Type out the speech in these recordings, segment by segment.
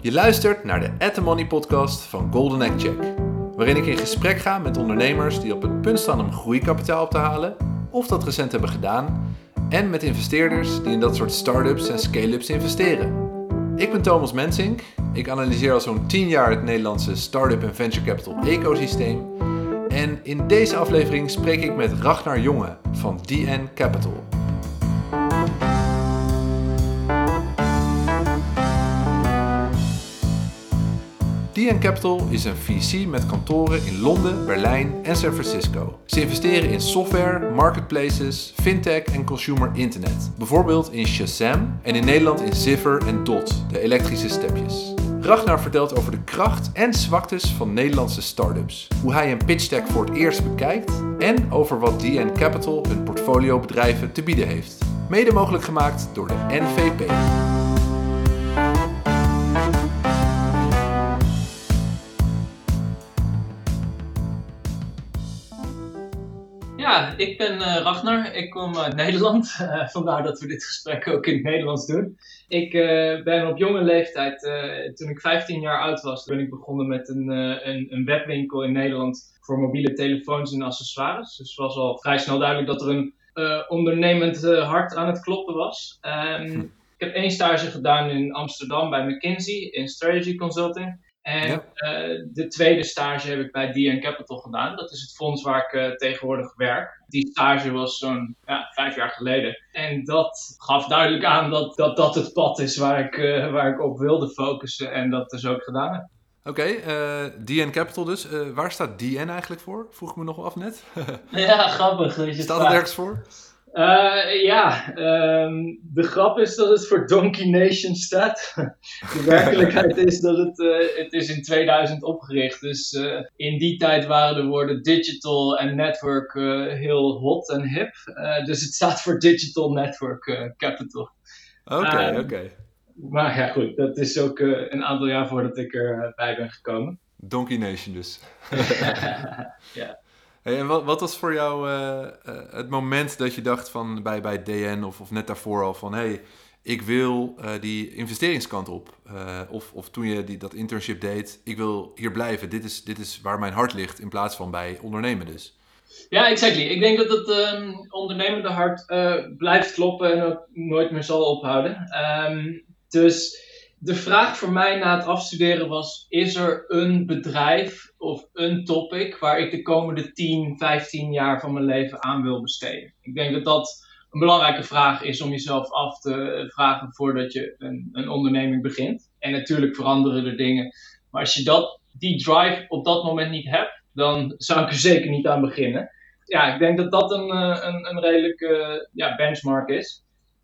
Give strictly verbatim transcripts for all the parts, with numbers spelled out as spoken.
Je luistert naar de At The Money podcast van Golden Egg Check, waarin ik in gesprek ga met ondernemers die op het punt staan om groeikapitaal op te halen, of dat recent hebben gedaan, en met investeerders die in dat soort start-ups en scale-ups investeren. Ik ben Thomas Mensink, ik analyseer al zo'n tien jaar het Nederlandse start-up en venture capital ecosysteem. En in deze aflevering spreek ik met Ragnar Jonge van D N Capital. D N Capital is een V C met kantoren in Londen, Berlijn en San Francisco. Ze investeren in software, marketplaces, fintech en consumer internet. Bijvoorbeeld in Shazam en in Nederland in Ziffer en Dot, de elektrische stepjes. Ragnar vertelt over de kracht en zwaktes van Nederlandse start-ups, hoe hij een pitch deck voor het eerst bekijkt en over wat D N Capital hun portfolio bedrijven te bieden heeft. Mede mogelijk gemaakt door de N V P. Ja, ik ben uh, Ragnar. Ik kom uit Nederland. Uh, vandaar dat we dit gesprek ook in het Nederlands doen. Ik uh, ben op jonge leeftijd, uh, toen ik vijftien jaar oud was, ben ik begonnen met een, uh, een, een webwinkel in Nederland voor mobiele telefoons en accessoires. Dus het was al vrij snel duidelijk dat er een uh, ondernemend uh, hart aan het kloppen was. Um, ik heb één stage gedaan in Amsterdam bij McKinsey in Strategy Consulting. En ja. uh, de tweede stage heb ik bij D N Capital gedaan. Dat is het fonds waar ik uh, tegenwoordig werk. Die stage was zo'n ja, vijf jaar geleden. En dat gaf duidelijk aan dat dat, dat het pad is waar ik, uh, waar ik op wilde focussen. En dat dus ook gedaan heb. Oké, okay, uh, D N Capital dus. Uh, waar staat D N eigenlijk voor? Vroeg ik me nog wel af net. Ja, grappig. Dat je staat het ergens voor? Uh, ja, um, de grap is dat het voor Donkey Nation staat. De werkelijkheid is dat het, uh, het is in tweeduizend opgericht. Dus uh, in die tijd waren de woorden digital en network uh, heel hot en hip. Uh, dus het staat voor Digital Network uh, Capital. Oké, okay, um, oké. Okay. Maar ja, goed, dat is ook uh, een aantal jaar voordat ik erbij ben gekomen. Donkey Nation dus. Ja. Hey, en wat, wat was voor jou uh, uh, het moment dat je dacht van bij, bij D N of, of net daarvoor al van hé, hey, ik wil uh, die investeringskant op. Uh, of, of toen je die, dat internship deed, ik wil hier blijven. Dit is, dit is waar mijn hart ligt in plaats van bij ondernemen dus. Ja, exactly. Ik denk dat het um, ondernemende hart uh, blijft kloppen en ook nooit meer zal ophouden. Um, dus... De vraag voor mij na het afstuderen was, is er een bedrijf of een topic waar ik de komende tien, vijftien jaar van mijn leven aan wil besteden? Ik denk dat dat een belangrijke vraag is om jezelf af te vragen voordat je een, een onderneming begint. En natuurlijk veranderen er dingen. Maar als je dat, die drive op dat moment niet hebt, dan zou ik er zeker niet aan beginnen. Ja, ik denk dat dat een, een, een redelijke ja, benchmark is.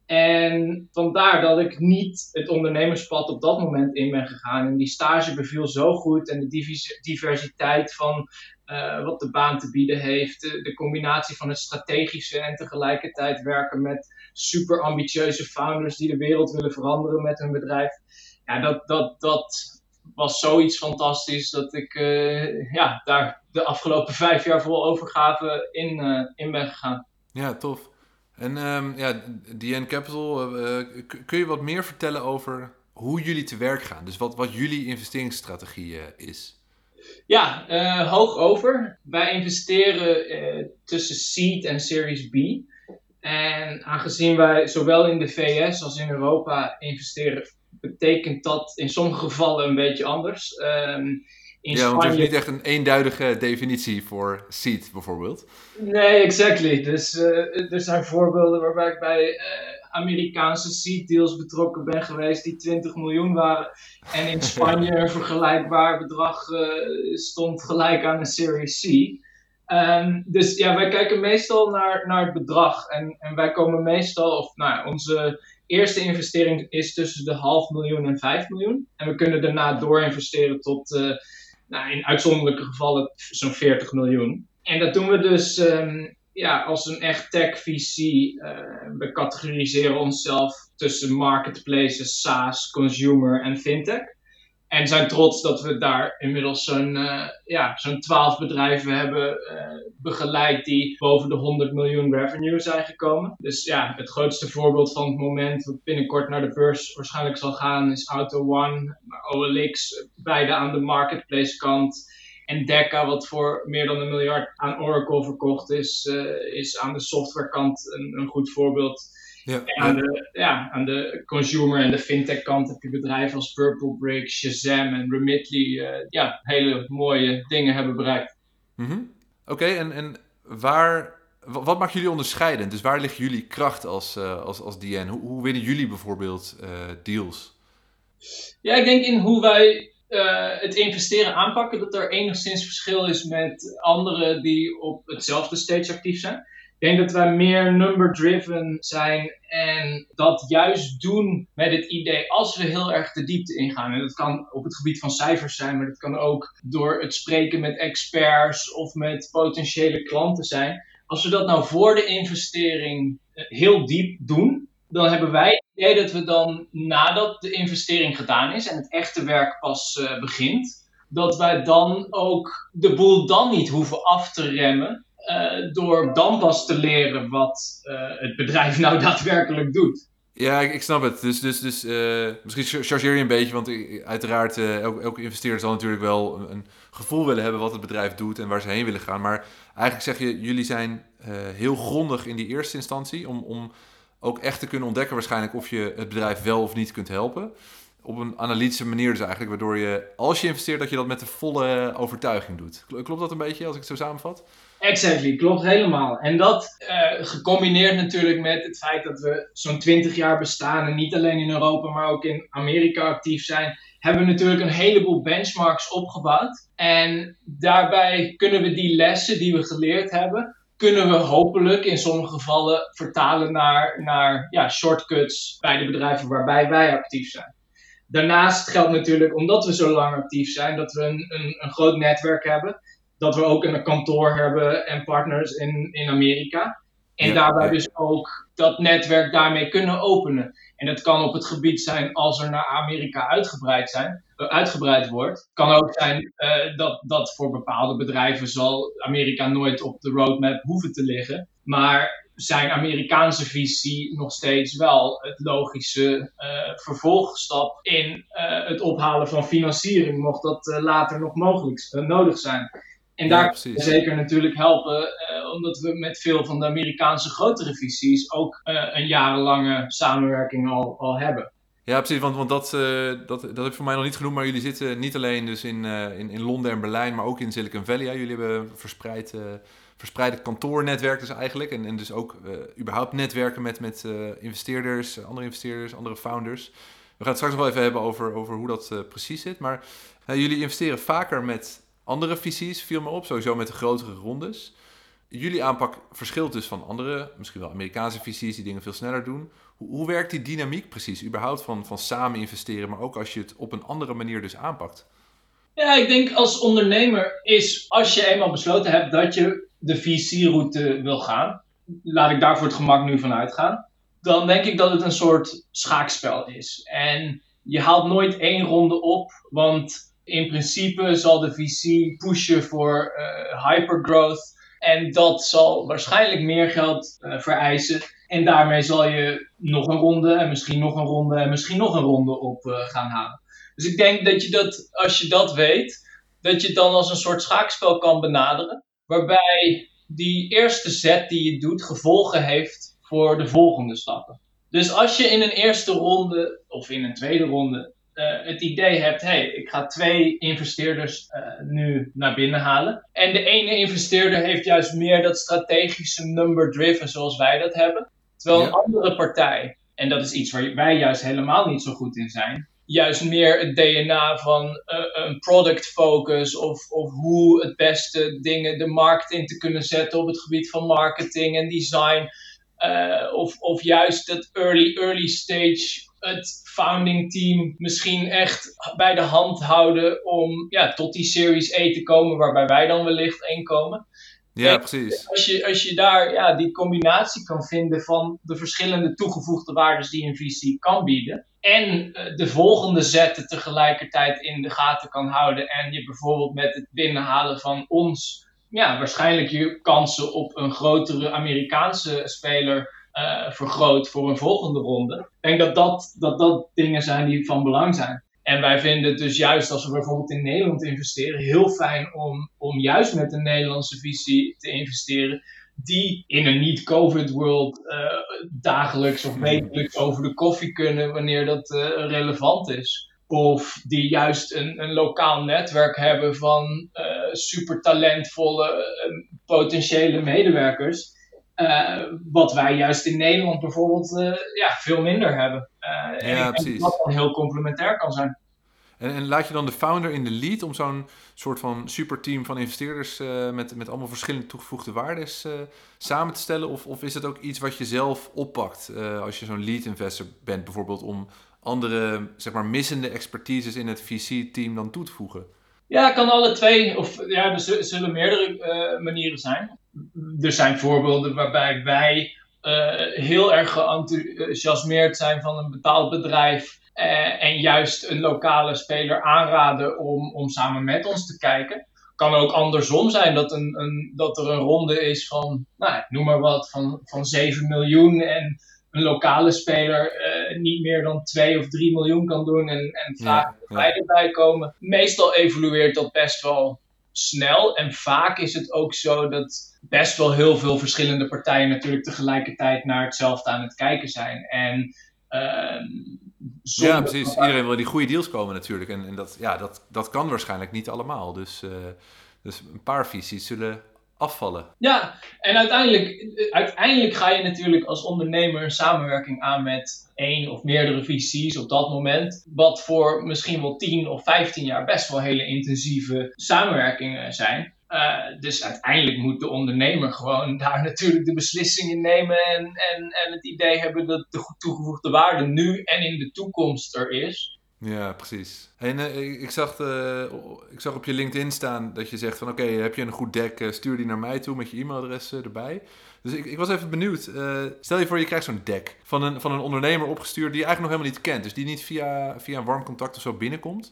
En vandaar dat ik niet het ondernemerspad op dat moment in ben gegaan. En die stage beviel zo goed. En de diversiteit van uh, wat de baan te bieden heeft. De, de combinatie van het strategische en tegelijkertijd werken met super ambitieuze founders die de wereld willen veranderen met hun bedrijf. Ja, dat, dat, dat was zoiets fantastisch dat ik uh, ja, daar de afgelopen vijf jaar vol overgave in, uh, in ben gegaan. Ja, tof. En um, ja, D N Capital, uh, kun je wat meer vertellen over hoe jullie te werk gaan? Dus wat, wat jullie investeringsstrategie uh, is? Ja, uh, hoog over. Wij investeren uh, tussen seed en Series B. En aangezien wij zowel in de V S als in Europa investeren, betekent dat in sommige gevallen een beetje anders. Um, In ja, want er is niet echt een eenduidige definitie voor seed bijvoorbeeld. Nee, exactly. Dus uh, er zijn voorbeelden waarbij ik bij uh, Amerikaanse seed deals betrokken ben geweest die twintig miljoen waren. En in Spanje een vergelijkbaar bedrag uh, stond gelijk aan een Series C. Um, dus ja, wij kijken meestal naar, naar het bedrag. En, en wij komen meestal, of nou ja, onze eerste investering is tussen de half miljoen en vijf miljoen. En we kunnen daarna doorinvesteren tot... Uh, Nou, in uitzonderlijke gevallen zo'n veertig miljoen. En dat doen we dus um, ja, als een echt tech V C. Uh, we categoriseren onszelf tussen marketplaces, SaaS, consumer en fintech. En zijn trots dat we daar inmiddels zo'n, uh, ja, zo'n twaalf bedrijven hebben uh, begeleid die boven de honderd miljoen revenue zijn gekomen. Dus ja, het grootste voorbeeld van het moment wat binnenkort naar de beurs waarschijnlijk zal gaan is AutoOne, O L X, beide aan de marketplace kant. En Deca, wat voor meer dan een miljard aan Oracle verkocht is, uh, is aan de softwarekant een, een goed voorbeeld. Ja, en aan, ja. De, ja, aan de consumer en de fintech kant heb je bedrijven als Purplebricks, Shazam en Remitly uh, ja, hele mooie dingen hebben bereikt. Mm-hmm. Oké, okay, en, en waar, wat maakt jullie onderscheidend? Dus waar ligt jullie kracht als, uh, als, als D N? Hoe, hoe winnen jullie bijvoorbeeld uh, deals? Ja, ik denk in hoe wij uh, het investeren aanpakken, dat er enigszins verschil is met anderen die op hetzelfde stage actief zijn. Ik denk dat wij meer number-driven zijn en dat juist doen met het idee als we heel erg de diepte ingaan. En dat kan op het gebied van cijfers zijn, maar dat kan ook door het spreken met experts of met potentiële klanten zijn. Als we dat nou voor de investering heel diep doen, dan hebben wij het idee dat we dan nadat de investering gedaan is en het echte werk pas uh, begint, dat wij dan ook de boel dan niet hoeven af te remmen. Uh, door dan pas te leren wat uh, het bedrijf nou daadwerkelijk doet. Ja, ik, ik snap het. Dus, dus, dus uh, misschien chargeer je een beetje, want ik, uiteraard uh, elke, elke investeerder zal natuurlijk wel een, een gevoel willen hebben wat het bedrijf doet en waar ze heen willen gaan. Maar eigenlijk zeg je, jullie zijn uh, heel grondig in die eerste instantie om, om ook echt te kunnen ontdekken waarschijnlijk of je het bedrijf wel of niet kunt helpen. Op een analytische manier dus eigenlijk, waardoor je, als je investeert, dat je dat met de volle overtuiging doet. Klopt dat een beetje, als ik het zo samenvat? Exactly, klopt helemaal. En dat uh, gecombineerd natuurlijk met het feit dat we zo'n twintig jaar bestaan en niet alleen in Europa, maar ook in Amerika actief zijn, hebben we natuurlijk een heleboel benchmarks opgebouwd. En daarbij kunnen we die lessen die we geleerd hebben, kunnen we hopelijk in sommige gevallen vertalen naar, naar ja, shortcuts bij de bedrijven waarbij wij actief zijn. Daarnaast geldt natuurlijk, omdat we zo lang actief zijn, dat we een, een, een groot netwerk hebben. Dat we ook een kantoor hebben en partners in, in Amerika. En ja, daarbij ja. dus ook dat netwerk daarmee kunnen openen. En dat kan op het gebied zijn als er naar Amerika uitgebreid, zijn, uh, uitgebreid wordt. Het kan ook zijn uh, dat, dat voor bepaalde bedrijven zal Amerika nooit op de roadmap hoeven te liggen. Maar zijn Amerikaanse visie nog steeds wel het logische uh, vervolgstap in uh, het ophalen van financiering, mocht dat uh, later nog mogelijk uh, nodig zijn. En daar ja, kunnen we zeker natuurlijk helpen, uh, omdat we met veel van de Amerikaanse grotere visies ook uh, een jarenlange samenwerking al, al hebben. Ja, precies, want, want dat, uh, dat, dat heb ik voor mij nog niet genoemd, maar jullie zitten niet alleen dus in, uh, in, in Londen en Berlijn, maar ook in Silicon Valley. Ja. Jullie hebben verspreid, uh, verspreide kantoornetwerk dus eigenlijk en, en dus ook uh, überhaupt netwerken met, met uh, investeerders, andere investeerders, andere founders. We gaan het straks nog wel even hebben over, over hoe dat uh, precies zit, maar uh, jullie investeren vaker met andere visies, viel me op, sowieso met de grotere rondes. Jullie aanpak verschilt dus van andere, misschien wel Amerikaanse visies die dingen veel sneller doen. Hoe, hoe werkt die dynamiek precies, überhaupt van, van samen investeren, maar ook als je het op een andere manier dus aanpakt? Ja, ik denk als ondernemer is, als je eenmaal besloten hebt dat je de V C-route wil gaan, laat ik daar voor het gemak nu van uitgaan, dan denk ik dat het een soort schaakspel is. En je haalt nooit één ronde op, want in principe zal de V C pushen voor uh, hypergrowth en dat zal waarschijnlijk meer geld uh, vereisen. En daarmee zal je nog een ronde en misschien nog een ronde en misschien nog een ronde op uh, gaan halen. Dus ik denk dat je dat, als je dat weet, dat je het dan als een soort schaakspel kan benaderen. Waarbij die eerste zet die je doet gevolgen heeft voor de volgende stappen. Dus als je in een eerste ronde of in een tweede ronde Uh, het idee hebt, hey, ik ga twee investeerders uh, nu naar binnen halen. En de ene investeerder heeft juist meer dat strategische number-driven zoals wij dat hebben. Terwijl ja. een andere partij, en dat is iets waar wij juist helemaal niet zo goed in zijn, juist meer het D N A van uh, een product focus of, of hoe het beste dingen de markt in te kunnen zetten op het gebied van marketing en design. Uh, of, of juist het early, early stage, het founding team misschien echt bij de hand houden om ja, tot die Series A te komen, waarbij wij dan wellicht één komen. Ja, precies. Als je, als je daar ja, die combinatie kan vinden van de verschillende toegevoegde waarden die een V C kan bieden. En uh, de volgende zetten tegelijkertijd in de gaten kan houden. En je bijvoorbeeld met het binnenhalen van ons, ja, waarschijnlijk je kansen op een grotere Amerikaanse speler uh, vergroot voor een volgende ronde. Ik denk dat dat, dat dat dingen zijn die van belang zijn. En wij vinden het dus juist als we bijvoorbeeld in Nederland investeren heel fijn om, om juist met een Nederlandse visie te investeren die in een niet-COVID world uh, dagelijks of wekelijks over de koffie kunnen wanneer dat uh, relevant is. Of die juist een, een lokaal netwerk hebben van uh, super talentvolle uh, potentiële medewerkers. Uh, wat wij juist in Nederland bijvoorbeeld uh, ja, veel minder hebben. Uh, ja, en precies. dat dan heel complementair kan zijn. En, en laat je dan de founder in de lead om zo'n soort van superteam van investeerders uh, met, met allemaal verschillende toegevoegde waarden uh, samen te stellen? Of, of is het ook iets wat je zelf oppakt uh, als je zo'n lead investor bent bijvoorbeeld om andere, zeg maar, missende expertises in het V C-team dan toe te voegen? Ja, kan alle twee. Of ja, er zullen meerdere uh, manieren zijn. Er zijn voorbeelden waarbij wij uh, heel erg geenthousiasmeerd zijn van een bepaald bedrijf uh, en juist een lokale speler aanraden om, om samen met ons te kijken. Kan ook andersom zijn dat, een, een, dat er een ronde is van, nou, noem maar wat, van, van zeven miljoen en een lokale speler uh, niet meer dan twee of drie miljoen kan doen en, en vaak ja, ja. wij erbij komen. Meestal evolueert dat best wel snel en vaak is het ook zo dat best wel heel veel verschillende partijen natuurlijk tegelijkertijd naar hetzelfde aan het kijken zijn. En uh, ja, precies. Dat... Iedereen wil die goede deals komen natuurlijk en, en dat, ja, dat, dat kan waarschijnlijk niet allemaal. Dus, uh, dus een paar visies zullen afvallen. Ja, en uiteindelijk, uiteindelijk ga je natuurlijk als ondernemer een samenwerking aan met één of meerdere V C's op dat moment. Wat voor misschien wel tien of vijftien jaar best wel hele intensieve samenwerkingen zijn. Uh, dus uiteindelijk moet de ondernemer gewoon daar natuurlijk de beslissingen nemen en, en, en het idee hebben dat de toegevoegde waarde nu en in de toekomst er is. Ja, precies. En uh, ik, zag, uh, ik zag op je LinkedIn staan dat je zegt van oké, okay, heb je een goed deck, uh, stuur die naar mij toe met je e-mailadres uh, erbij. Dus ik, ik was even benieuwd. Uh, stel je voor je krijgt zo'n deck van een, van een ondernemer opgestuurd die je eigenlijk nog helemaal niet kent. Dus die niet via, via een warm contact of zo binnenkomt.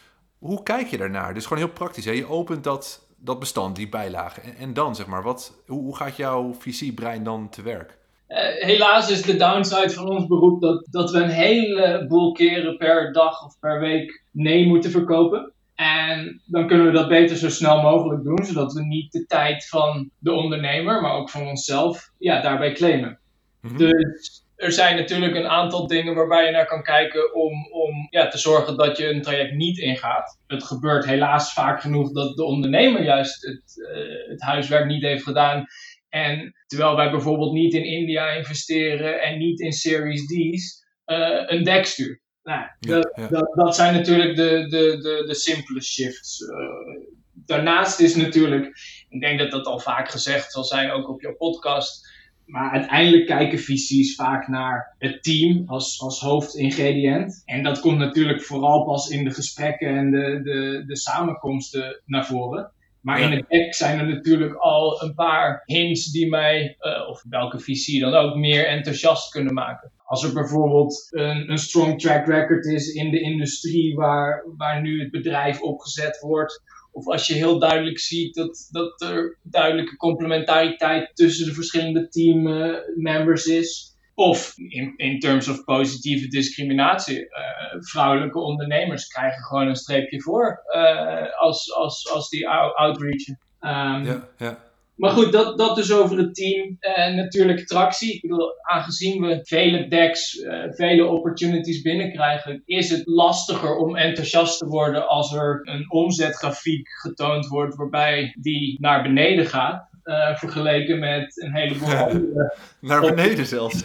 Hoe kijk je daarnaar? Dus gewoon heel praktisch. Hè? Je opent dat, dat bestand, die bijlagen. En, en dan zeg maar, wat, hoe, hoe gaat jouw V C-brein dan te werk? Uh, helaas is de downside van ons beroep dat, dat we een heleboel keren per dag of per week nee moeten verkopen. En dan kunnen we dat beter zo snel mogelijk doen, zodat we niet de tijd van de ondernemer, maar ook van onszelf, ja, daarbij claimen. Mm-hmm. Dus er zijn natuurlijk een aantal dingen waarbij je naar kan kijken om, om ja, te zorgen dat je een traject niet ingaat. Het gebeurt helaas vaak genoeg dat de ondernemer juist het, uh, het huiswerk niet heeft gedaan. En terwijl wij bijvoorbeeld niet in India investeren en niet in Series D's, uh, een deck stuurt. Nou, ja, dat, ja. dat, dat zijn natuurlijk de, de, de, de simpele shifts. Uh, daarnaast is natuurlijk, ik denk dat dat al vaak gezegd zal zijn, ook op jouw podcast, maar uiteindelijk kijken V C's vaak naar het team als, als hoofdingrediënt. En dat komt natuurlijk vooral pas in de gesprekken en de, de, de samenkomsten naar voren. Maar ja. in het deck zijn er natuurlijk al een paar hints die mij, uh, of welke V C dan ook, meer enthousiast kunnen maken. Als er bijvoorbeeld een, een strong track record is in de industrie waar, waar nu het bedrijf opgezet wordt. Of als je heel duidelijk ziet dat, dat er duidelijke complementariteit tussen de verschillende teammembers uh, is. Of in, in terms of positieve discriminatie. Uh, vrouwelijke ondernemers krijgen gewoon een streepje voor uh, als, als, als die outreachen. Um, ja, ja. Maar goed, dat, dat dus over het team. En uh, natuurlijk tractie. Ik bedoel, aangezien we vele decks, uh, vele opportunities binnenkrijgen, is het lastiger om enthousiast te worden als er een omzetgrafiek getoond wordt waarbij die naar beneden gaat. Uh, vergeleken met een heleboel ja, andere... Naar beneden zelfs.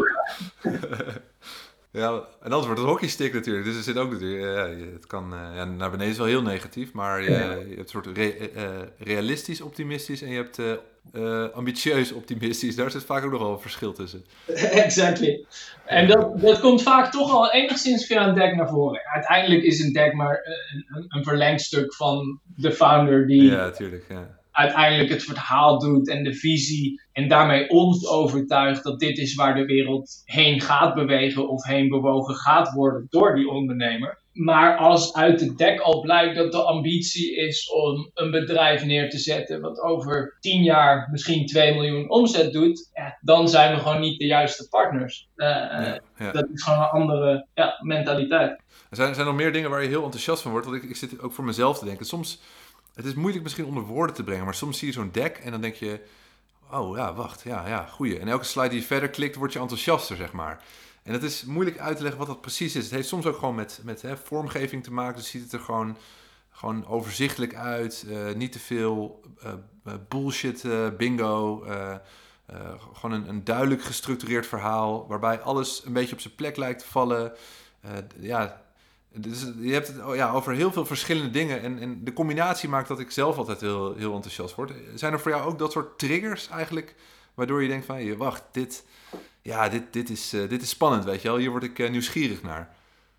Ja, en anders wordt het hockeystick natuurlijk. Dus er zit ook natuurlijk... Ja, het kan, uh, ja, naar beneden is wel heel negatief. Maar je, je hebt een soort re, uh, realistisch optimistisch en je hebt uh, uh, ambitieus optimistisch. Daar zit vaak ook nog wel een verschil tussen. Exactly. En dat, dat komt vaak toch al enigszins via een deck naar voren. Uiteindelijk is een deck maar een, een, een verlengstuk van de founder die... Ja, natuurlijk, ja. uiteindelijk het verhaal doet en de visie en daarmee ons overtuigt dat dit is waar de wereld heen gaat bewegen of heen bewogen gaat worden door die ondernemer. Maar als uit de dek al blijkt dat de ambitie is om een bedrijf neer te zetten wat over tien jaar misschien twee miljoen omzet doet, ja, dan zijn we gewoon niet de juiste partners. Uh, ja, ja. Dat is gewoon een andere ja, mentaliteit. Er zijn, er zijn nog meer dingen waar je heel enthousiast van wordt, want ik, ik zit ook voor mezelf te denken. Soms, het is moeilijk misschien onder woorden te brengen, maar soms zie je zo'n deck en dan denk je, oh ja, wacht, ja, ja, goeie. En elke slide die je verder klikt, word je enthousiaster, zeg maar. En het is moeilijk uit te leggen wat dat precies is. Het heeft soms ook gewoon met, met hè, vormgeving te maken. Dus ziet het er gewoon, gewoon overzichtelijk uit. Uh, niet te veel uh, bullshit uh, bingo. Uh, uh, gewoon een, een duidelijk gestructureerd verhaal. Waarbij alles een beetje op zijn plek lijkt te vallen. Uh, ja, dus je hebt het oh, ja, over heel veel verschillende dingen. En, en de combinatie maakt dat ik zelf altijd heel, heel enthousiast word. Zijn er voor jou ook dat soort triggers eigenlijk? Waardoor je denkt van, hey, wacht, dit... Ja, dit, dit, is, uh, dit is spannend, weet je wel. Hier word ik uh, nieuwsgierig naar.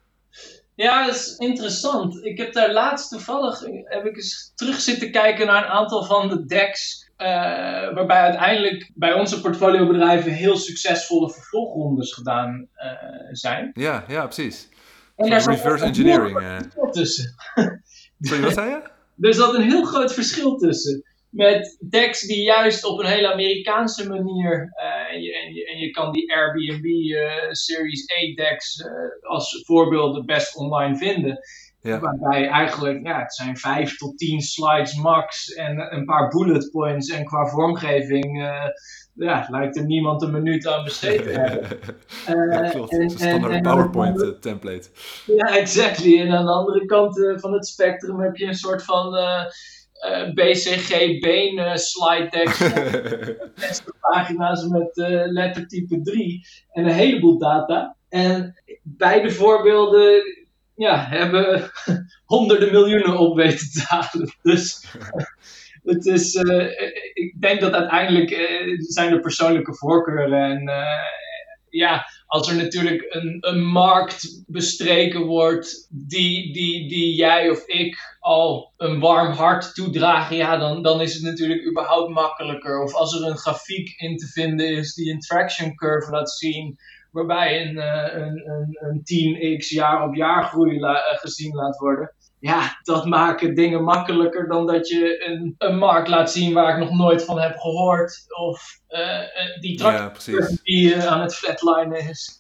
Ja, dat is interessant. Ik heb daar laatst toevallig heb ik eens terug zitten kijken naar een aantal van de decks. Uh, waarbij uiteindelijk bij onze portfoliobedrijven heel succesvolle vervolgrondes gedaan uh, zijn. Ja, ja, precies. En daar zat reverse engineering. Een heel groot verschil tussen. Sorry, wat zei je? Er zat een heel groot verschil tussen. Met decks die juist op een hele Amerikaanse manier, uh, en, je, en, je, en je kan die Airbnb uh, Series A decks uh, als voorbeelden best online vinden. Ja. Waarbij eigenlijk, ja, het zijn vijf tot tien slides max en een paar bullet points. En qua vormgeving uh, ja, lijkt er niemand een minuut aan besteed te hebben. Uh, ja, klopt. Het is een standaard PowerPoint andere, template. Ja, exactly. En aan de andere kant uh, van het spectrum heb je een soort van... Uh, Uh, B C G been uh, slide decks zestig pagina's met uh, lettertype drie en een heleboel data. En beide voorbeelden ja, hebben honderden miljoenen op weten te halen. Dus het is, uh, ik denk dat uiteindelijk uh, zijn er persoonlijke voorkeuren en uh, ja, als er natuurlijk een, een markt bestreken wordt die, die, die jij of ik al een warm hart toedragen, ja, dan, dan is het natuurlijk überhaupt makkelijker. Of als er een grafiek in te vinden is die een traction curve laat zien, waarbij een, een, een, een tien x jaar op jaar groei la, gezien laat worden. Ja, dat maken dingen makkelijker dan dat je een, een markt laat zien waar ik nog nooit van heb gehoord. Of uh, die traction ja, die uh, aan het flatlinen is.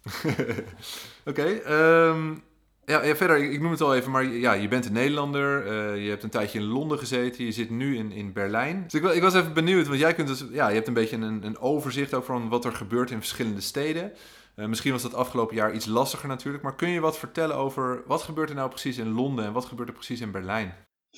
Oké, okay, um, ja, ja, verder, ik, ik noem het al even, maar ja, je bent een Nederlander. Uh, je hebt een tijdje in Londen gezeten. Je zit nu in, in Berlijn. Dus ik, ik was even benieuwd, want jij kunt dus, ja, je hebt een beetje een, een overzicht over van wat er gebeurt in verschillende steden. Uh, misschien was dat afgelopen jaar iets lastiger natuurlijk, maar kun je wat vertellen over wat gebeurt er nou precies in Londen en wat gebeurt er precies in Berlijn?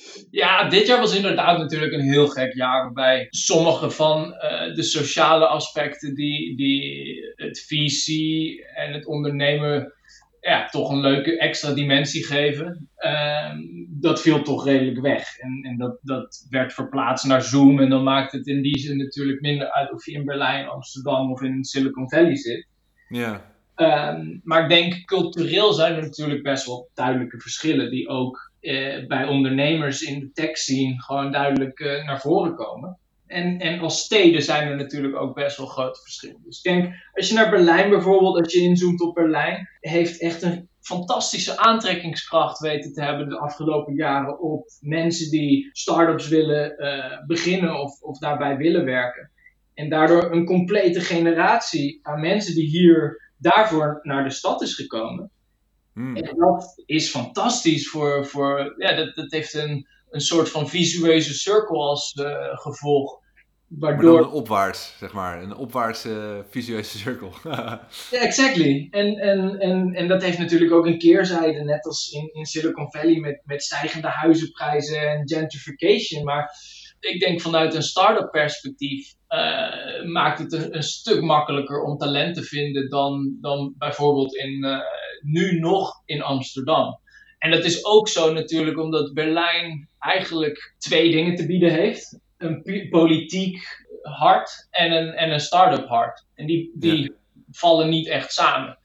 Ja, dit jaar was inderdaad natuurlijk een heel gek jaar, waarbij sommige van uh, de sociale aspecten die, die het V C en het ondernemen ja, toch een leuke extra dimensie geven, uh, dat viel toch redelijk weg. En, en dat, dat werd verplaatst naar Zoom en dan maakt het in die zin natuurlijk minder uit of je in Berlijn, Amsterdam of in Silicon Valley zit. Ja. Um, maar ik denk, cultureel zijn er natuurlijk best wel duidelijke verschillen die ook uh, bij ondernemers in de tech scene gewoon duidelijk uh, naar voren komen. En, en als steden zijn er natuurlijk ook best wel grote verschillen. Dus ik denk, als je naar Berlijn bijvoorbeeld, als je inzoomt op Berlijn, heeft echt een fantastische aantrekkingskracht weten te hebben de afgelopen jaren op mensen die start-ups willen uh, beginnen of, of daarbij willen werken. En daardoor een complete generatie aan mensen die hier daarvoor naar de stad is gekomen. Hmm. En dat is fantastisch voor, voor ja, dat, dat heeft een, een soort van visueuze cirkel als uh, gevolg. Waardoor... Maar dan een opwaarts, zeg maar. Een opwaartse uh, visueuze cirkel. Ja, exactly. En, en, en, en dat heeft natuurlijk ook een keerzijde, net als in, in Silicon Valley met, met stijgende huizenprijzen en gentrification. Maar ik denk vanuit een start-up perspectief uh, maakt het een, een stuk makkelijker om talent te vinden dan, dan bijvoorbeeld in, uh, nu nog in Amsterdam. En dat is ook zo natuurlijk omdat Berlijn eigenlijk twee dingen te bieden heeft. Een p- politiek hart en een, en een start-up hart. En die, die ja. vallen niet echt samen.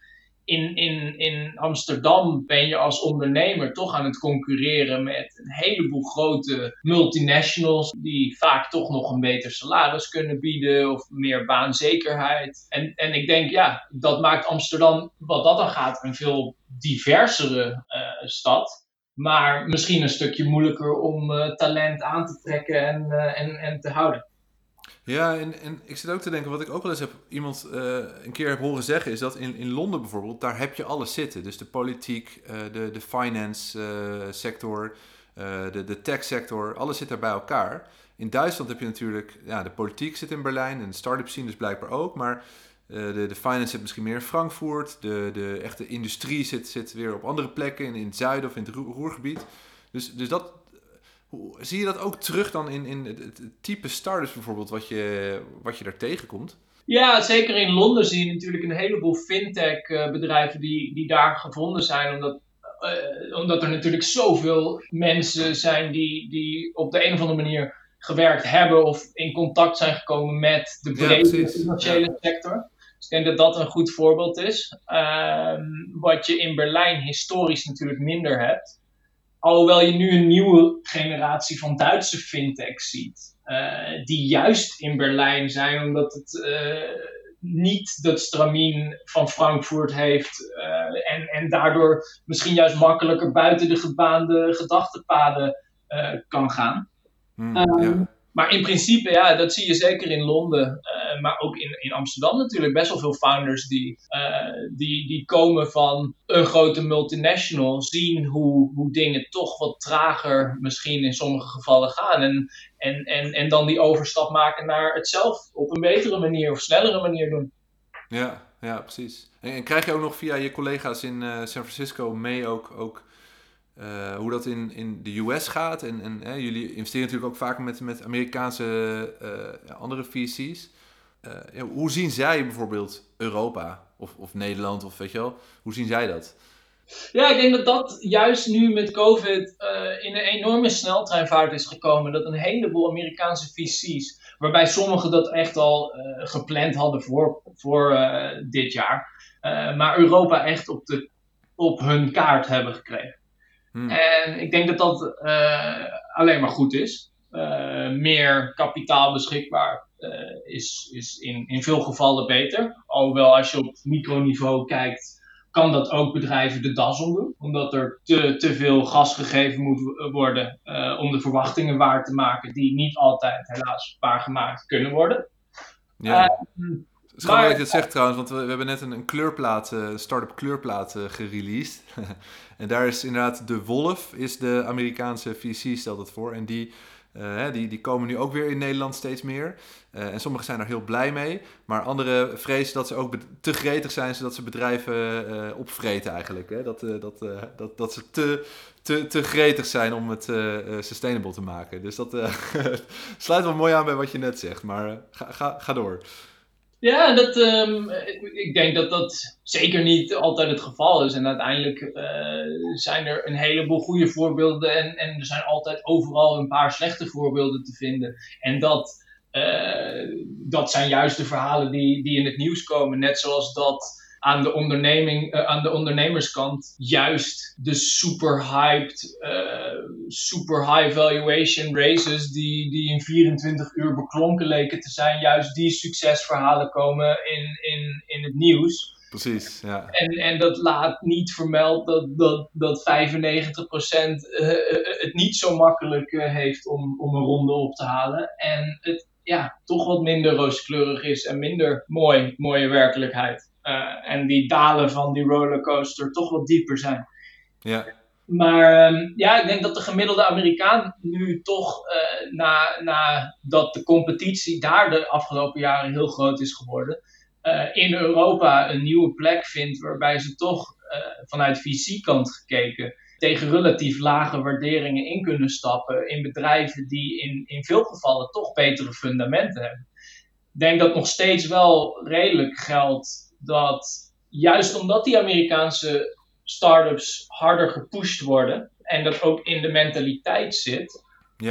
in, in, in Amsterdam ben je als ondernemer toch aan het concurreren met een heleboel grote multinationals die vaak toch nog een beter salaris kunnen bieden of meer baanzekerheid. En, en ik denk, ja, dat maakt Amsterdam, wat dat dan gaat, een veel diversere uh, stad. Maar misschien een stukje moeilijker om uh, talent aan te trekken en, uh, en, en te houden. Ja, en, en ik zit ook te denken, wat ik ook wel eens heb iemand uh, een keer heb horen zeggen, is dat in, in Londen bijvoorbeeld, daar heb je alles zitten. Dus de politiek, uh, de, de finance uh, sector, uh, de, de tech sector, alles zit daar bij elkaar. In Duitsland heb je natuurlijk, ja, de politiek zit in Berlijn en de start-up scene dus blijkbaar ook, maar uh, de, de finance zit misschien meer in Frankfurt, de, de echte industrie zit, zit weer op andere plekken, in, in het zuiden of in het Roergebied. Dus, dus dat... Hoe, zie je dat ook terug dan in, in het, het type startups bijvoorbeeld wat je, wat je daar tegenkomt? Ja, zeker in Londen zie je natuurlijk een heleboel fintech uh, bedrijven die, die daar gevonden zijn. Omdat, uh, omdat er natuurlijk zoveel mensen zijn die, die op de een of andere manier gewerkt hebben of in contact zijn gekomen met de brede ja, financiële ja. sector. Dus ik denk dat dat een goed voorbeeld is. Uh, wat je in Berlijn historisch natuurlijk minder hebt. Alhoewel je nu een nieuwe generatie van Duitse fintechs ziet. Uh, die juist in Berlijn zijn, omdat het uh, niet dat stramien van Frankfurt heeft. Uh, en, en daardoor misschien juist makkelijker buiten de gebaande gedachtepaden uh, kan gaan. Mm, um, yeah. Maar in principe, ja, dat zie je zeker in Londen. Uh, maar ook in, in Amsterdam natuurlijk best wel veel founders die, uh, die, die komen van een grote multinational. Zien hoe, hoe dingen toch wat trager misschien in sommige gevallen gaan. En, en, en, en dan die overstap maken naar het zelf op een betere manier of snellere manier doen. Ja, ja, precies. En, en krijg je ook nog via je collega's in uh, San Francisco mee ook... ook... Uh, hoe dat in, in de U S gaat. En, en hè, jullie investeren natuurlijk ook vaak met, met Amerikaanse uh, andere V C's. Uh, ja, hoe zien zij bijvoorbeeld Europa of, of Nederland of weet je wel? Hoe zien zij dat? Ja, ik denk dat dat juist nu met COVID uh, in een enorme sneltreinvaart is gekomen. Dat een heleboel Amerikaanse V C's, waarbij sommigen dat echt al uh, gepland hadden voor, voor uh, dit jaar. Uh, maar Europa echt op, de, op hun kaart hebben gekregen. Hmm. En ik denk dat dat uh, alleen maar goed is. Uh, meer kapitaal beschikbaar uh, is, is in, in veel gevallen beter. Alhoewel als je op microniveau kijkt, kan dat ook bedrijven de das omdoen. Omdat er te, te veel gas gegeven moet worden uh, om de verwachtingen waar te maken, die niet altijd helaas waargemaakt kunnen worden. Ja. Uh, Het is grappig dat je het zegt trouwens, want we, we hebben net een, een kleurplaat, een start-up kleurplaat uh, gereleased. En daar is inderdaad de Wolf, is de Amerikaanse V C, stelt het voor. En die, uh, die, die komen nu ook weer in Nederland steeds meer. Uh, en sommigen zijn er heel blij mee. Maar anderen vrezen dat ze ook be- te gretig zijn, zodat ze bedrijven uh, opvreten eigenlijk. Hè? Dat, uh, dat, uh, dat, dat ze te, te, te gretig zijn om het uh, sustainable te maken. Dus dat uh, sluit wel mooi aan bij wat je net zegt. Maar uh, ga, ga, ga door. Ja, dat, um, ik denk dat dat zeker niet altijd het geval is. En uiteindelijk uh, zijn er een heleboel goede voorbeelden en, en er zijn altijd overal een paar slechte voorbeelden te vinden. En dat, uh, dat zijn juist de verhalen die, die in het nieuws komen. Net zoals dat aan de, onderneming, uh, aan de ondernemerskant juist de super hyped, uh, super high valuation races die, die in vierentwintig uur beklonken leken te zijn, juist die succesverhalen komen in, in, in het nieuws. Precies, ja. En, en dat laat niet vermeld dat, dat, dat vijfennegentig procent uh, het niet zo makkelijk uh, heeft om, om een ronde op te halen. En het ja, toch wat minder rooskleurig is en minder mooi, mooie werkelijkheid. Uh, en die dalen van die rollercoaster toch wat dieper zijn. Ja. Maar um, ja, ik denk dat de gemiddelde Amerikaan nu toch, uh, na, na dat de competitie daar de afgelopen jaren heel groot is geworden, uh, in Europa een nieuwe plek vindt waarbij ze toch uh, vanuit V C-kant gekeken tegen relatief lage waarderingen in kunnen stappen in bedrijven die in, in veel gevallen toch betere fundamenten hebben. Ik denk dat nog steeds wel redelijk geldt dat juist omdat die Amerikaanse start-ups harder gepusht worden en dat ook in de mentaliteit zit, ja.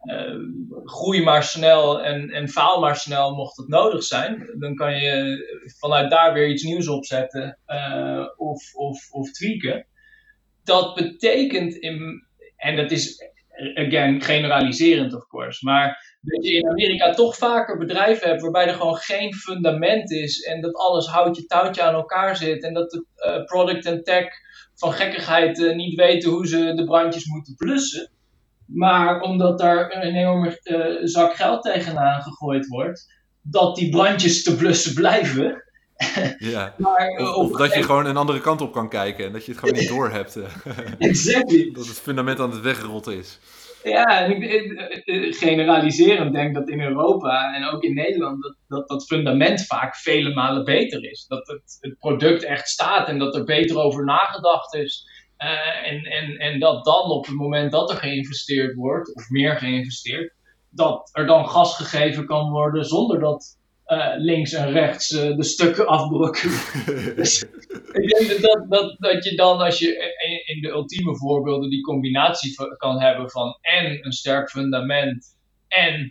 uh, groei maar snel en, en faal maar snel mocht het nodig zijn. Dan kan je vanuit daar weer iets nieuws opzetten uh, of, of, of tweaken. Dat betekent, in, en dat is, again, generaliserend of course, maar dat je in Amerika toch vaker bedrijven hebt waarbij er gewoon geen fundament is en dat alles houtje touwtje aan elkaar zit en dat de uh, product en tech van gekkigheid uh, niet weten hoe ze de brandjes moeten blussen. Maar omdat daar een enorme uh, zak geld tegenaan gegooid wordt, dat die brandjes te blussen blijven. Ja. Maar, of, of dat je gewoon een andere kant op kan kijken en dat je het gewoon niet door hebt. Exactly. Dat het fundament aan het wegrotten is. Ja, en ik, ik, generaliserend denk dat in Europa en ook in Nederland dat, dat dat fundament vaak vele malen beter is. Dat het, het product echt staat en dat er beter over nagedacht is. Uh, en, en, en dat dan op het moment dat er geïnvesteerd wordt, of meer geïnvesteerd, dat er dan gas gegeven kan worden zonder dat uh, links en rechts uh, de stukken afbrokkelen. Dus ik denk dat, dat, dat je dan, als je in, in de ultieme voorbeelden die combinatie kan hebben van en een sterk fundament en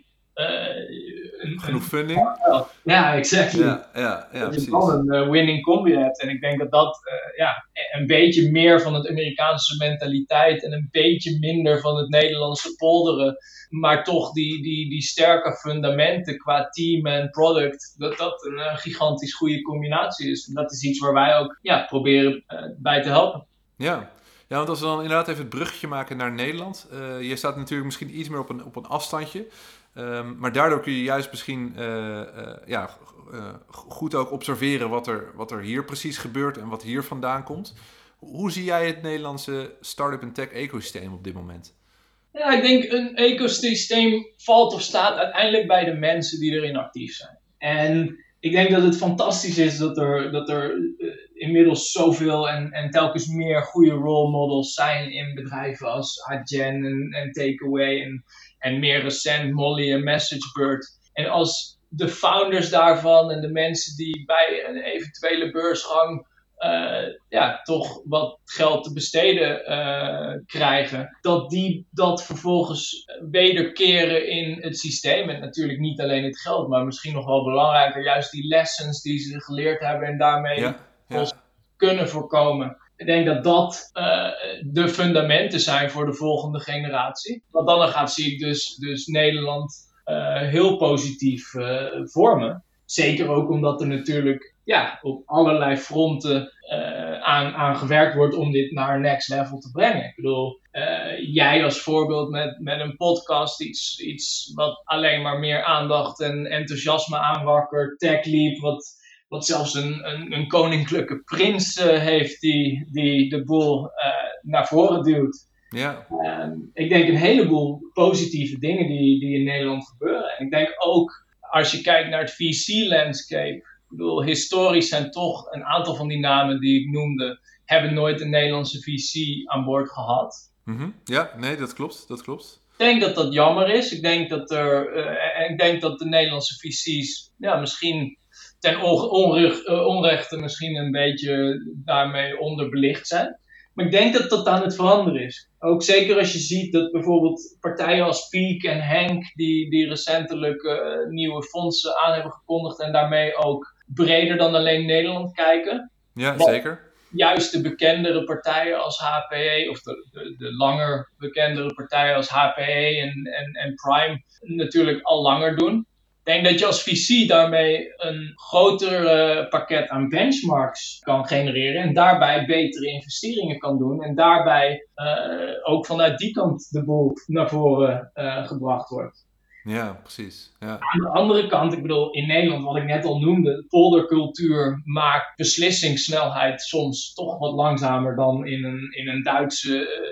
uh, een, genoeg funding. Ja, exactly. Ja, ja, ja, dat je dan een uh, winning combi hebt. En ik denk dat dat uh, ja, een beetje meer van het Amerikaanse mentaliteit en een beetje minder van het Nederlandse polderen, maar toch die, die, die sterke fundamenten qua team en product, dat dat een uh, gigantisch goede combinatie is. En dat is iets waar wij ook ja, proberen uh, bij te helpen. Ja. Ja, want als we dan inderdaad even het bruggetje maken naar Nederland. Uh, je staat natuurlijk misschien iets meer op een, op een afstandje. Um, maar daardoor kun je juist misschien uh, uh, ja, uh, goed ook observeren wat er, wat er hier precies gebeurt en wat hier vandaan komt. Hoe zie jij het Nederlandse start-up en tech ecosysteem op dit moment? Ja, ik denk een ecosysteem valt of staat uiteindelijk bij de mensen die erin actief zijn. En ik denk dat het fantastisch is dat er, dat er uh, inmiddels zoveel en, en telkens meer goede role models zijn in bedrijven als Adyen en, en Takeaway en, en meer recent Molly en MessageBird. En als de founders daarvan en de mensen die bij een eventuele beursgang Uh, ja, toch wat geld te besteden uh, krijgen, dat die dat vervolgens wederkeren in het systeem. En natuurlijk niet alleen het geld, maar misschien nog wel belangrijker, juist die lessons die ze geleerd hebben en daarmee ja, ja. kunnen voorkomen. Ik denk dat dat uh, de fundamenten zijn voor de volgende generatie. Wat dan er gaat, zie ik dus, dus Nederland uh, heel positief uh, vormen. Zeker ook omdat er natuurlijk ja, op allerlei fronten uh, aan, aan gewerkt wordt om dit naar next level te brengen. Ik bedoel, uh, jij als voorbeeld met, met een podcast, iets, iets wat alleen maar meer aandacht en enthousiasme aanwakkert. TechLeap, wat, wat zelfs een, een, een koninklijke prins uh, heeft die, die de boel uh, naar voren duwt. Ja. Uh, ik denk een heleboel positieve dingen die, die in Nederland gebeuren. En ik denk ook, als je kijkt naar het V C-landscape, ik bedoel, historisch zijn toch een aantal van die namen die ik noemde, hebben nooit een Nederlandse V C aan boord gehad. Mm-hmm. Ja, nee, dat klopt, dat klopt. Ik denk dat dat jammer is. Ik denk dat, er, uh, ik denk dat de Nederlandse V C's ja, misschien ten onrecht, uh, onrechte misschien een beetje daarmee onderbelicht zijn. Maar ik denk dat dat aan het veranderen is. Ook zeker als je ziet dat bijvoorbeeld partijen als Peak en Henk, die, die recentelijk uh, nieuwe fondsen aan hebben gekondigd en daarmee ook breder dan alleen Nederland kijken. Ja, zeker. Juist de bekendere partijen als H P E, of de, de, de langer bekendere partijen als H P E en, en, en Prime natuurlijk al langer doen. Ik denk dat je als V C daarmee een groter uh, pakket aan benchmarks kan genereren en daarbij betere investeringen kan doen en daarbij uh, ook vanuit die kant de boel naar voren uh, gebracht wordt. Ja, precies. Ja. Aan de andere kant, ik bedoel, in Nederland, wat ik net al noemde, poldercultuur maakt beslissingssnelheid soms toch wat langzamer dan in een, in een Duitse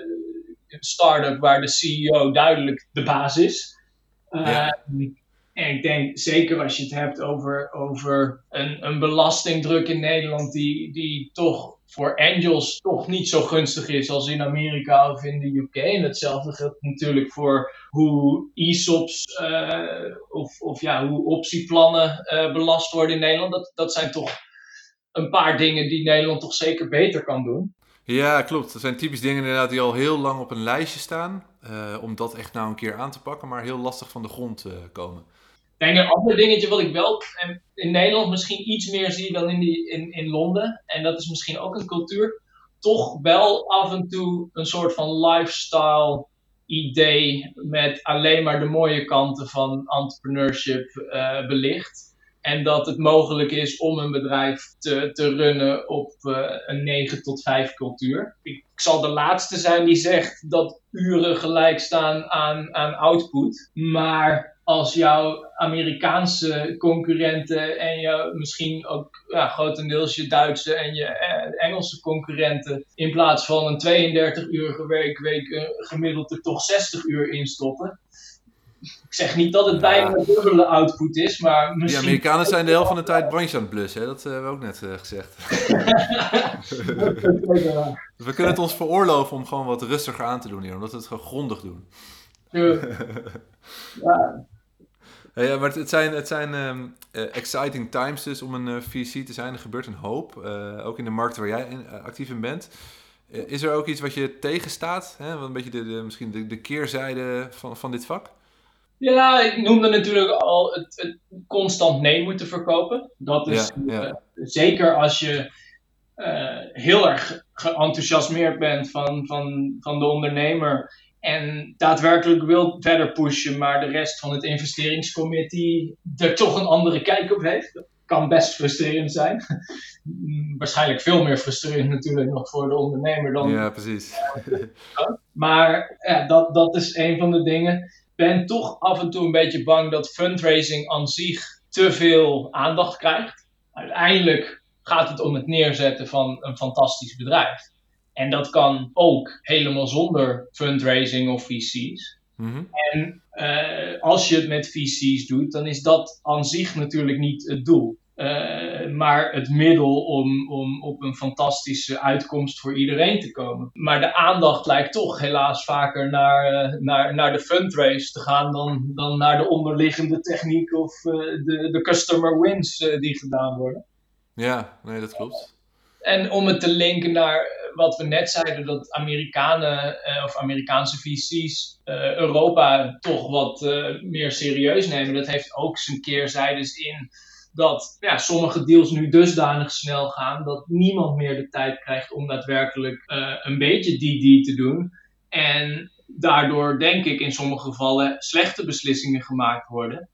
uh, start-up waar de C E O duidelijk de baas is. Uh, ja. En ik denk, zeker als je het hebt over, over een, een belastingdruk in Nederland die, die toch voor angels toch niet zo gunstig is als in Amerika of in de U K. En hetzelfde geldt natuurlijk voor hoe E S O P's uh, of, of ja, hoe optieplannen uh, belast worden in Nederland. Dat, dat zijn toch een paar dingen die Nederland toch zeker beter kan doen. Ja, klopt. Dat zijn typisch dingen inderdaad die al heel lang op een lijstje staan. Uh, om dat echt nou een keer aan te pakken, maar heel lastig van de grond uh, komen. Ik denk een ander dingetje wat ik wel in Nederland misschien iets meer zie dan in, die, in, in Londen. En dat is misschien ook een cultuur. Toch wel af en toe een soort van lifestyle idee met alleen maar de mooie kanten van entrepreneurship uh, belicht. En dat het mogelijk is om een bedrijf te, te runnen op uh, een negen tot vijf cultuur. Ik, ik zal de laatste zijn die zegt dat uren gelijk staan aan, aan output. Maar als jouw Amerikaanse concurrenten en je misschien ook ja, grotendeels je Duitse en je eh, Engelse concurrenten in plaats van een tweeëndertig-urige werkweek uh, gemiddeld er toch zestig uur in stoppen. Ik zeg niet dat het ja. bijna dubbele output is, maar misschien... Die Amerikanen zijn de helft van de tijd bandjes aan het blussen, hè? Dat uh, hebben we ook net uh, gezegd. We kunnen het ons veroorloven om gewoon wat rustiger aan te doen hier, omdat we het gewoon grondig doen. Ja. Ja, maar het zijn, het zijn um, uh, exciting times dus om een uh, V C te zijn. Er gebeurt een hoop, uh, ook in de markt waar jij in, uh, actief in bent. Uh, is er ook iets wat je tegenstaat? Hè? Een beetje de, de, misschien de, de keerzijde van, van dit vak? Ja, ik noemde natuurlijk al het, het constant nee moeten verkopen. Dat is ja, ja. Uh, zeker als je uh, heel erg geenthousiasmeerd bent van, van, van de ondernemer en daadwerkelijk wil verder pushen, maar de rest van het investeringscommittee er toch een andere kijk op heeft. Dat kan best frustrerend zijn. Waarschijnlijk veel meer frustrerend natuurlijk nog voor de ondernemer dan... Ja, precies. Maar ja, dat, dat is een van de dingen. Ik ben toch af en toe een beetje bang dat fundraising aan zich te veel aandacht krijgt. Uiteindelijk gaat het om het neerzetten van een fantastisch bedrijf. En dat kan ook helemaal zonder fundraising of V C's. Mm-hmm. En uh, als je het met V C's doet, dan is dat aan zich natuurlijk niet het doel. Uh, maar het middel om, om op een fantastische uitkomst voor iedereen te komen. Maar de aandacht lijkt toch helaas vaker naar, uh, naar, naar de fundraise te gaan dan, dan naar de onderliggende techniek of uh, de, de customer wins uh, die gedaan worden. Ja, nee, dat klopt. En om het te linken naar wat we net zeiden, dat Amerikanen uh, of Amerikaanse V C's uh, Europa toch wat uh, meer serieus nemen. Dat heeft ook zijn keerzijdes in dat ja, sommige deals nu dusdanig snel gaan dat niemand meer de tijd krijgt om daadwerkelijk uh, een beetje D D te doen. En daardoor denk ik in sommige gevallen slechte beslissingen gemaakt worden.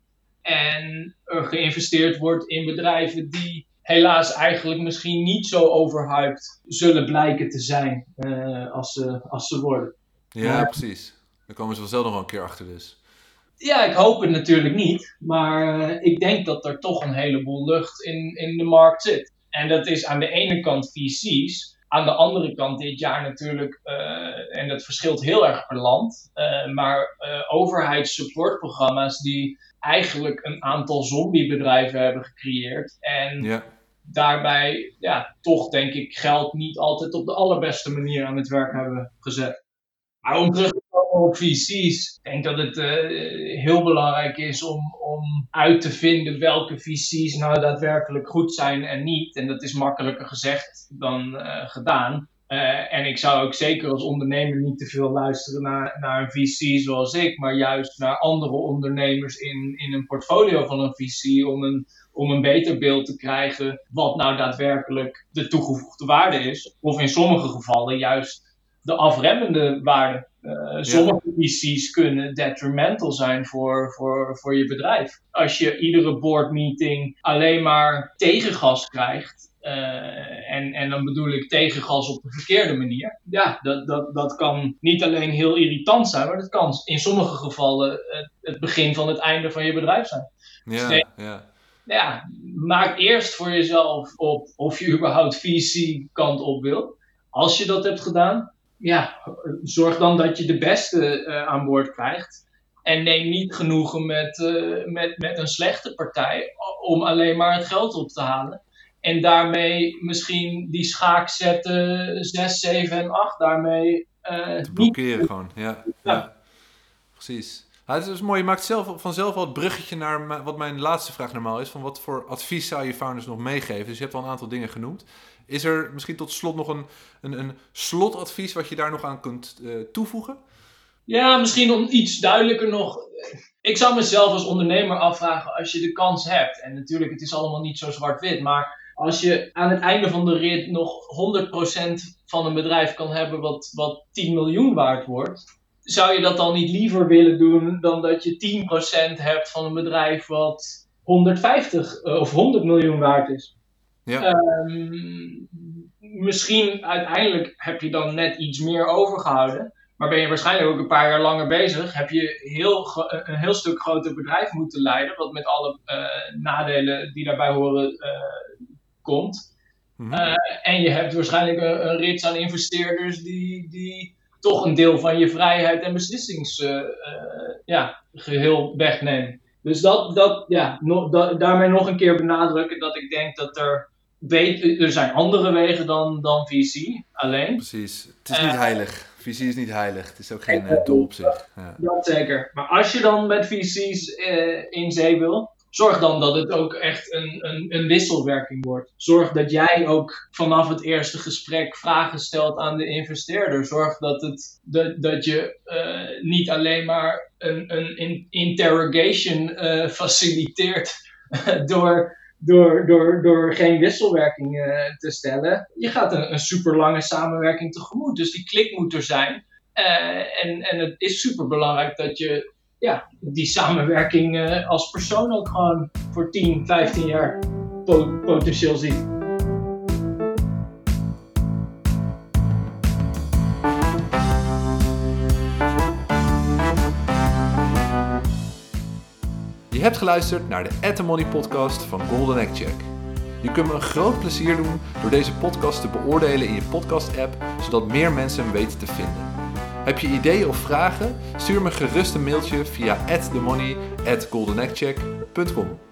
En er geïnvesteerd wordt in bedrijven die helaas eigenlijk misschien niet zo overhyped zullen blijken te zijn uh, als, ze, als ze worden. Ja, maar, precies. Daar komen ze wel zelf nog wel een keer achter dus. Ja, ik hoop het natuurlijk niet. Maar uh, ik denk dat er toch een heleboel lucht in, in de markt zit. En dat is aan de ene kant V C's. Aan de andere kant dit jaar natuurlijk, uh, en dat verschilt heel erg per land, uh, maar uh, overheidssupportprogramma's die eigenlijk een aantal zombiebedrijven hebben gecreëerd. En ja. daarbij ja, toch denk ik geld niet altijd op de allerbeste manier aan het werk hebben gezet. Maar om terug te komen op V C's, ik denk dat het uh, heel belangrijk is om, om uit te vinden welke V C's nou daadwerkelijk goed zijn en niet. En dat is makkelijker gezegd dan uh, gedaan. Uh, en ik zou ook zeker als ondernemer niet te veel luisteren naar, naar een V C zoals ik, maar juist naar andere ondernemers in, in een portfolio van een V C om een, om een beter beeld te krijgen wat nou daadwerkelijk de toegevoegde waarde is. Of in sommige gevallen juist de afremmende waarde. Uh, sommige V C's kunnen detrimental zijn voor, voor, voor je bedrijf. Als je iedere boardmeeting alleen maar tegengas krijgt, Uh, en, en dan bedoel ik tegengas op de verkeerde manier. Ja, dat, dat, dat kan niet alleen heel irritant zijn, maar dat kan in sommige gevallen het, het begin van het einde van je bedrijf zijn. Ja, dus denk, ja. ja, maak eerst voor jezelf op of je überhaupt V C kant op wil. Als je dat hebt gedaan, ja, zorg dan dat je de beste uh, aan boord krijgt. En neem niet genoegen met, uh, met, met een slechte partij om alleen maar het geld op te halen. En daarmee misschien die schaakzetten zes, zeven en acht daarmee... Uh, te blokkeren niet... gewoon, ja, ja. ja. Precies. Ja, het is mooi, je maakt zelf, vanzelf al het bruggetje naar m- wat mijn laatste vraag normaal is. Van wat voor advies zou je founders nog meegeven? Dus je hebt al een aantal dingen genoemd. Is er misschien tot slot nog een, een, een slotadvies wat je daar nog aan kunt uh, toevoegen? Ja, misschien om iets duidelijker nog. Ik zou mezelf als ondernemer afvragen als je de kans hebt. En natuurlijk, het is allemaal niet zo zwart-wit. Maar als je aan het einde van de rit nog honderd procent van een bedrijf kan hebben wat, wat tien miljoen waard wordt. Zou je dat dan niet liever willen doen dan dat je tien procent hebt van een bedrijf wat honderdvijftig of honderd miljoen waard is? Ja. Um, misschien uiteindelijk heb je dan net iets meer overgehouden. Maar ben je waarschijnlijk ook een paar jaar langer bezig. Heb je heel, een heel stuk groter bedrijf moeten leiden. Wat met alle uh, nadelen die daarbij horen uh, komt. Mm-hmm. Uh, en je hebt waarschijnlijk een, een rits aan investeerders die, die toch een deel van je vrijheid en beslissings uh, uh, ja, geheel wegnemen. Dus dat, dat, ja, no, da, daarmee nog een keer benadrukken dat ik denk dat er, weet, er zijn andere wegen dan, dan V C alleen. Precies, het is niet uh, heilig. V C is niet heilig, het is ook geen uh, doel op zich. Ja. Dat zeker. Maar als je dan met V C's uh, in zee wil, zorg dan dat het ook echt een, een, een wisselwerking wordt. Zorg dat jij ook vanaf het eerste gesprek vragen stelt aan de investeerder. Zorg dat, het, dat, dat je uh, niet alleen maar een, een interrogation uh, faciliteert door, door, door, door geen wisselwerking uh, te stellen. Je gaat een, een super lange samenwerking tegemoet. Dus die klik moet er zijn. Uh, en, en het is super belangrijk dat je ja, die samenwerking uh, als persoon ook gewoon voor tien, vijftien jaar po- potentieel ziet. Je hebt geluisterd naar de At The Money podcast van Golden Egg Check. Je kunt me een groot plezier doen door deze podcast te beoordelen in je podcast app, zodat meer mensen hem weten te vinden. Heb je ideeën of vragen? Stuur me gerust een mailtje via at the money at golden egg check dot com.